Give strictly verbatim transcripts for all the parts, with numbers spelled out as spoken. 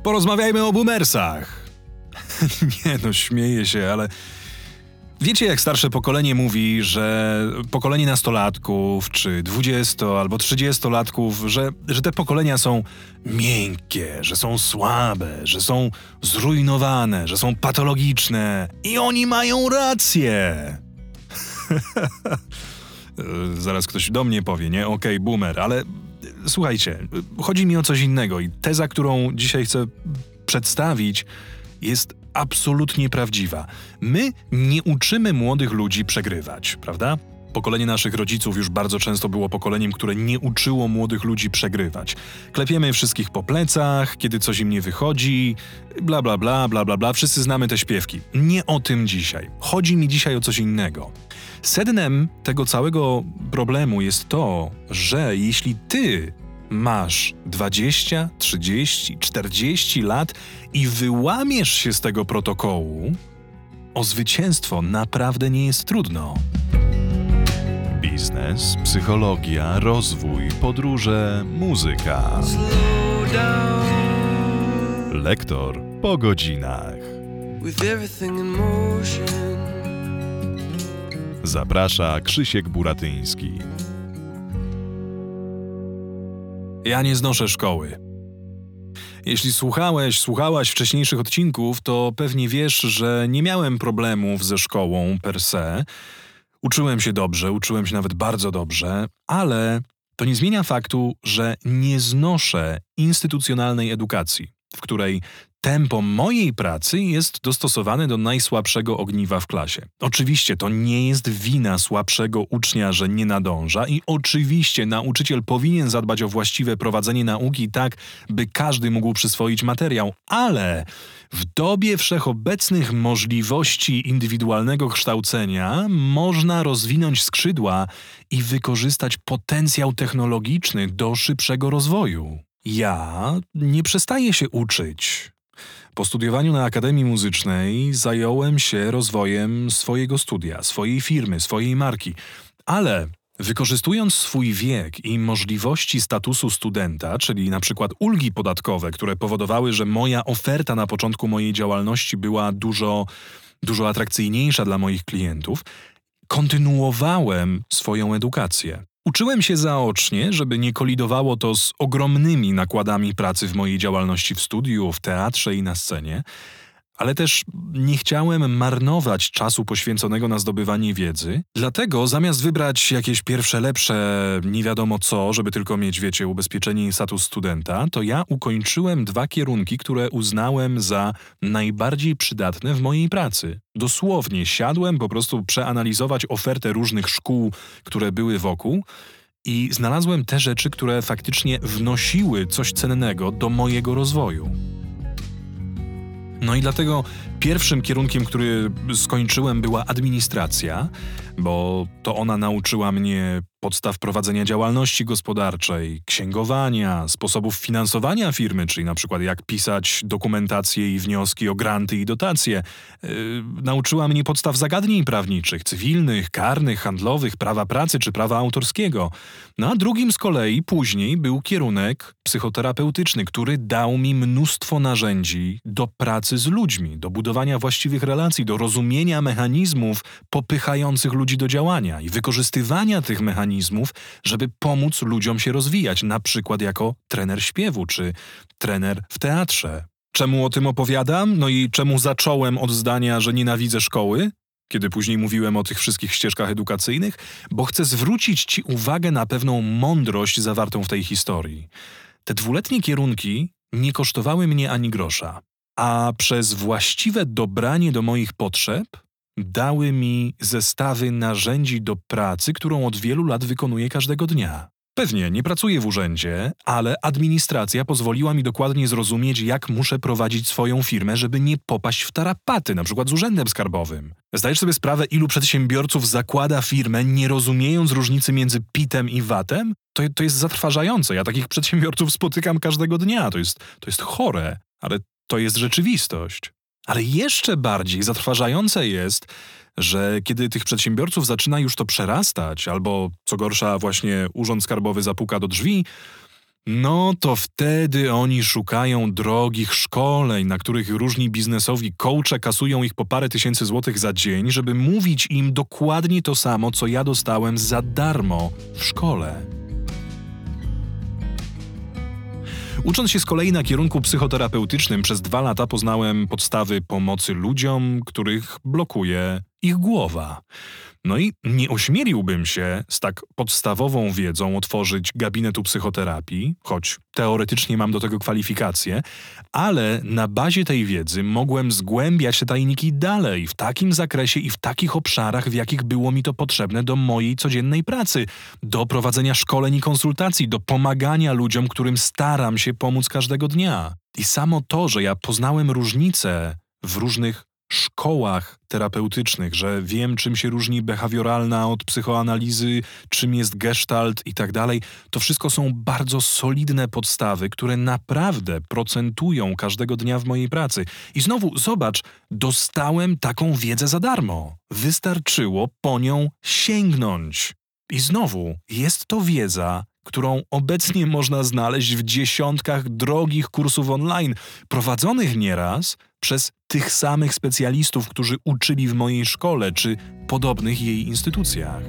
Porozmawiajmy o boomersach. Nie no, śmieję się, ale wiecie, jak starsze pokolenie mówi, że pokolenie nastolatków, czy dwudziesto albo trzydziestolatków, że, że te pokolenia są miękkie, że są słabe, że są zrujnowane, że są patologiczne i oni mają rację. Zaraz ktoś do mnie powie, nie? Okej, okay, boomer, ale słuchajcie, chodzi mi o coś innego i teza, którą dzisiaj chcę przedstawić, jest absolutnie prawdziwa. My nie uczymy młodych ludzi przegrywać, prawda? Pokolenie naszych rodziców już bardzo często było pokoleniem, które nie uczyło młodych ludzi przegrywać. Klepiemy wszystkich po plecach, kiedy coś im nie wychodzi, bla bla bla, bla bla bla, wszyscy znamy te śpiewki. Nie o tym dzisiaj. Chodzi mi dzisiaj o coś innego. Sednem tego całego problemu jest to, że jeśli ty masz dwadzieścia, trzydzieści, czterdzieści lat i wyłamiesz się z tego protokołu, o zwycięstwo naprawdę nie jest trudno. Biznes, psychologia, rozwój, podróże, muzyka. Lektor po godzinach. Zaprasza Krzysiek Buratyński. Ja nie znoszę szkoły. Jeśli słuchałeś, słuchałaś wcześniejszych odcinków, to pewnie wiesz, że nie miałem problemów ze szkołą per se. Uczyłem się dobrze, uczyłem się nawet bardzo dobrze, ale to nie zmienia faktu, że nie znoszę instytucjonalnej edukacji, w której tempo mojej pracy jest dostosowane do najsłabszego ogniwa w klasie. Oczywiście to nie jest wina słabszego ucznia, że nie nadąża i oczywiście nauczyciel powinien zadbać o właściwe prowadzenie nauki tak, by każdy mógł przyswoić materiał, ale w dobie wszechobecnych możliwości indywidualnego kształcenia można rozwinąć skrzydła i wykorzystać potencjał technologiczny do szybszego rozwoju. Ja nie przestaję się uczyć. Po studiowaniu na Akademii Muzycznej zająłem się rozwojem swojego studia, swojej firmy, swojej marki, ale wykorzystując swój wiek i możliwości statusu studenta, czyli na przykład ulgi podatkowe, które powodowały, że moja oferta na początku mojej działalności była dużo, dużo atrakcyjniejsza dla moich klientów, kontynuowałem swoją edukację. Uczyłem się zaocznie, żeby nie kolidowało to z ogromnymi nakładami pracy w mojej działalności w studiu, w teatrze i na scenie, ale też nie chciałem marnować czasu poświęconego na zdobywanie wiedzy, dlatego zamiast wybrać jakieś pierwsze lepsze nie wiadomo co, żeby tylko mieć, wiecie, ubezpieczenie i status studenta, to ja ukończyłem dwa kierunki, które uznałem za najbardziej przydatne w mojej pracy. Dosłownie siadłem po prostu przeanalizować ofertę różnych szkół, które były wokół i znalazłem te rzeczy, które faktycznie wnosiły coś cennego do mojego rozwoju. No i dlatego pierwszym kierunkiem, który skończyłem, była administracja, bo to ona nauczyła mnie podstaw prowadzenia działalności gospodarczej, księgowania, sposobów finansowania firmy, czyli na przykład jak pisać dokumentacje i wnioski o granty i dotacje. Yy, nauczyła mnie podstaw zagadnień prawniczych, cywilnych, karnych, handlowych, prawa pracy czy prawa autorskiego. No a drugim z kolei później był kierunek psychoterapeutyczny, który dał mi mnóstwo narzędzi do pracy z ludźmi, do budowania właściwych relacji, do rozumienia mechanizmów popychających ludzi do działania i wykorzystywania tych mechanizmów, żeby pomóc ludziom się rozwijać, na przykład jako trener śpiewu czy trener w teatrze. Czemu o tym opowiadam? No i czemu zacząłem od zdania, że nienawidzę szkoły? Kiedy później mówiłem o tych wszystkich ścieżkach edukacyjnych, bo chcę zwrócić Ci uwagę na pewną mądrość zawartą w tej historii. Te dwuletnie kierunki nie kosztowały mnie ani grosza, a przez właściwe dobranie do moich potrzeb dały mi zestawy narzędzi do pracy, którą od wielu lat wykonuję każdego dnia. Pewnie nie pracuję w urzędzie, ale administracja pozwoliła mi dokładnie zrozumieć, jak muszę prowadzić swoją firmę, żeby nie popaść w tarapaty, na przykład z urzędem skarbowym. Zdajesz sobie sprawę, ilu przedsiębiorców zakłada firmę, nie rozumiejąc różnicy między pitem i vatem? To, to jest zatrważające. Ja takich przedsiębiorców spotykam każdego dnia. To jest, to jest chore, ale to jest rzeczywistość. Ale jeszcze bardziej zatrważające jest, że kiedy tych przedsiębiorców zaczyna już to przerastać, albo co gorsza właśnie urząd skarbowy zapuka do drzwi, No to wtedy oni szukają drogich szkoleń, na których różni biznesowi coache kasują ich po parę tysięcy złotych za dzień, żeby mówić im dokładnie to samo, co ja dostałem za darmo w szkole. Ucząc się z kolei na kierunku psychoterapeutycznym, przez dwa lata poznałem podstawy pomocy ludziom, których blokuje ich głowa. No i nie ośmieliłbym się z tak podstawową wiedzą otworzyć gabinetu psychoterapii, choć teoretycznie mam do tego kwalifikacje, ale na bazie tej wiedzy mogłem zgłębiać te tajniki dalej, w takim zakresie i w takich obszarach, w jakich było mi to potrzebne do mojej codziennej pracy, do prowadzenia szkoleń i konsultacji, do pomagania ludziom, którym staram się pomóc każdego dnia. I samo to, że ja poznałem różnice w różnych szkołach terapeutycznych, że wiem, czym się różni behawioralna od psychoanalizy, czym jest gestalt i tak dalej, to wszystko są bardzo solidne podstawy, które naprawdę procentują każdego dnia w mojej pracy. I znowu, zobacz, dostałem taką wiedzę za darmo. Wystarczyło po nią sięgnąć. I znowu, jest to wiedza, którą obecnie można znaleźć w dziesiątkach drogich kursów online, prowadzonych nieraz przez tych samych specjalistów, którzy uczyli w mojej szkole czy podobnych jej instytucjach.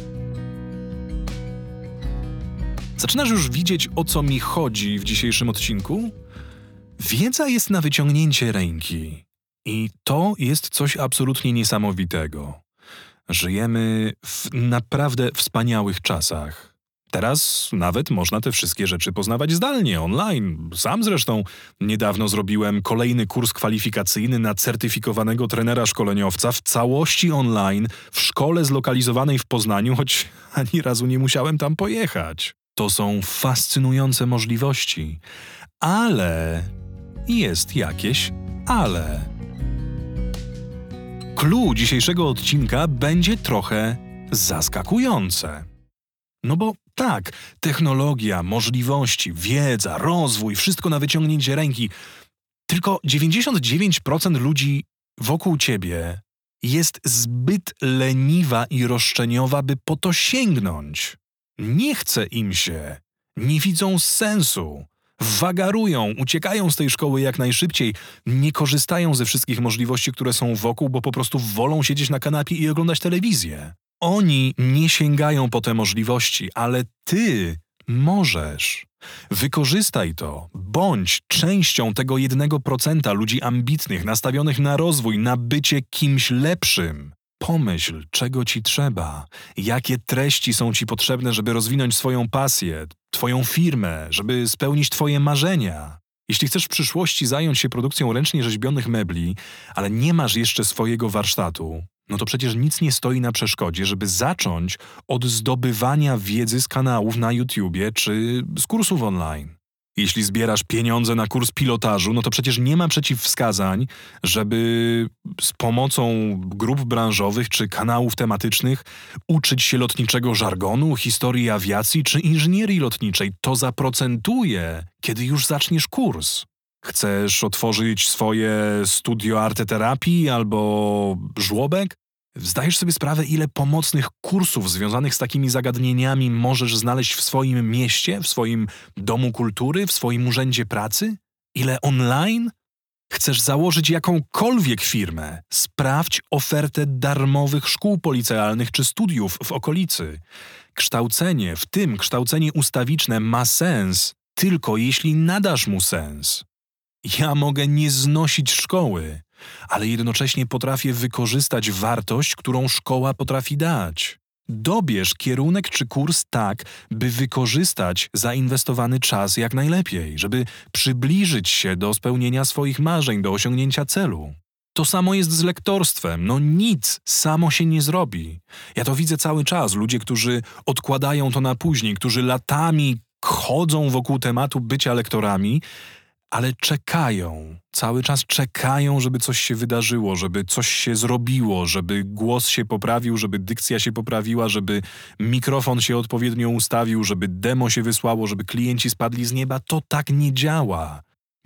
Zaczynasz już widzieć, o co mi chodzi w dzisiejszym odcinku? Wiedza jest na wyciągnięcie ręki. I to jest coś absolutnie niesamowitego. Żyjemy w naprawdę wspaniałych czasach. Teraz nawet można te wszystkie rzeczy poznawać zdalnie, online. Sam zresztą niedawno zrobiłem kolejny kurs kwalifikacyjny na certyfikowanego trenera szkoleniowca w całości online w szkole zlokalizowanej w Poznaniu, choć ani razu nie musiałem tam pojechać. To są fascynujące możliwości. Ale jest jakieś ale. Clue dzisiejszego odcinka będzie trochę zaskakujące. No bo tak, technologia, możliwości, wiedza, rozwój, wszystko na wyciągnięcie ręki. Tylko dziewięćdziesiąt dziewięć procent ludzi wokół ciebie jest zbyt leniwa i roszczeniowa, by po to sięgnąć. Nie chce im się, nie widzą sensu. Wagarują, uciekają z tej szkoły jak najszybciej, nie korzystają ze wszystkich możliwości, które są wokół, bo po prostu wolą siedzieć na kanapie i oglądać telewizję. Oni nie sięgają po te możliwości, ale ty możesz. Wykorzystaj to. Bądź częścią tego jednego procenta ludzi ambitnych, nastawionych na rozwój, na bycie kimś lepszym. Pomyśl, czego ci trzeba, jakie treści są ci potrzebne, żeby rozwinąć swoją pasję, twoją firmę, żeby spełnić twoje marzenia. Jeśli chcesz w przyszłości zająć się produkcją ręcznie rzeźbionych mebli, ale nie masz jeszcze swojego warsztatu, no to przecież nic nie stoi na przeszkodzie, żeby zacząć od zdobywania wiedzy z kanałów na YouTubie czy z kursów online. Jeśli zbierasz pieniądze na kurs pilotażu, no to przecież nie ma przeciwwskazań, żeby z pomocą grup branżowych czy kanałów tematycznych uczyć się lotniczego żargonu, historii awiacji czy inżynierii lotniczej. To zaprocentuje, kiedy już zaczniesz kurs. Chcesz otworzyć swoje studio arteterapii albo żłobek? Zdajesz sobie sprawę, ile pomocnych kursów związanych z takimi zagadnieniami możesz znaleźć w swoim mieście, w swoim domu kultury, w swoim urzędzie pracy? Ile online? Chcesz założyć jakąkolwiek firmę? Sprawdź ofertę darmowych szkół policealnych czy studiów w okolicy. Kształcenie, w tym kształcenie ustawiczne, ma sens tylko jeśli nadasz mu sens. Ja mogę nie znosić szkoły, ale jednocześnie potrafię wykorzystać wartość, którą szkoła potrafi dać. Dobierz kierunek czy kurs tak, by wykorzystać zainwestowany czas jak najlepiej, żeby przybliżyć się do spełnienia swoich marzeń, do osiągnięcia celu. To samo jest z lektorstwem. No nic samo się nie zrobi. Ja to widzę cały czas. Ludzie, którzy odkładają to na później, którzy latami chodzą wokół tematu bycia lektorami, ale czekają, cały czas czekają, żeby coś się wydarzyło, żeby coś się zrobiło, żeby głos się poprawił, żeby dykcja się poprawiła, żeby mikrofon się odpowiednio ustawił, żeby demo się wysłało, żeby klienci spadli z nieba. To tak nie działa.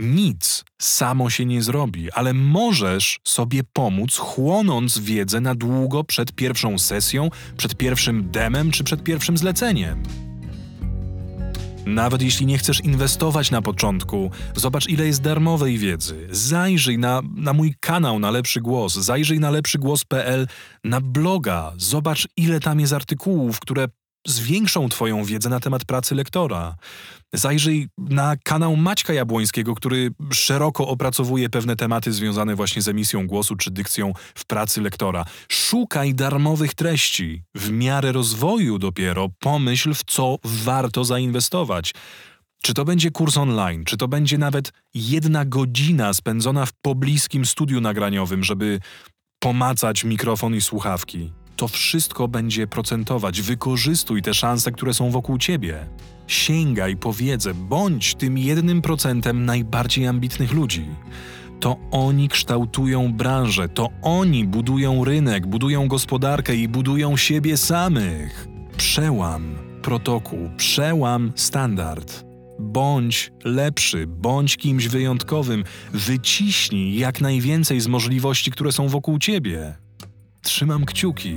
Nic samo się nie zrobi, ale możesz sobie pomóc, chłonąc wiedzę na długo przed pierwszą sesją, przed pierwszym demem czy przed pierwszym zleceniem. Nawet jeśli nie chcesz inwestować na początku, zobacz, ile jest darmowej wiedzy. Zajrzyj na, na mój kanał na Lepszy Głos, zajrzyj na lepszy głos kropka pe el, na bloga. Zobacz, ile tam jest artykułów, które zwiększą twoją wiedzę na temat pracy lektora. Zajrzyj na kanał Maćka Jabłońskiego, który szeroko opracowuje pewne tematy związane właśnie z emisją głosu czy dykcją w pracy lektora. Szukaj darmowych treści. W miarę rozwoju dopiero pomyśl, w co warto zainwestować. Czy to będzie kurs online, czy to będzie nawet jedna godzina spędzona w pobliskim studiu nagraniowym, żeby pomacać mikrofon i słuchawki. To wszystko będzie procentować. Wykorzystuj te szanse, które są wokół ciebie. Sięgaj po wiedzę, bądź tym jednym procentem najbardziej ambitnych ludzi. To oni kształtują branżę, to oni budują rynek, budują gospodarkę i budują siebie samych. Przełam protokół, przełam standard. Bądź lepszy, bądź kimś wyjątkowym. Wyciśnij jak najwięcej z możliwości, które są wokół ciebie. Trzymam kciuki.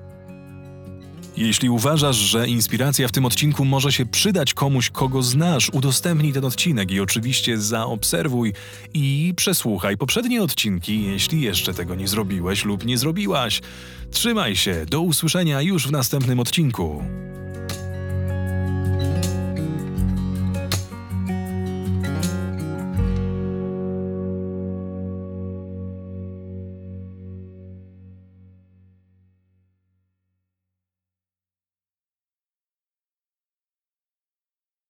Jeśli uważasz, że inspiracja w tym odcinku może się przydać komuś, kogo znasz, udostępnij ten odcinek i oczywiście zaobserwuj i przesłuchaj poprzednie odcinki, jeśli jeszcze tego nie zrobiłeś lub nie zrobiłaś. Trzymaj się, do usłyszenia już w następnym odcinku.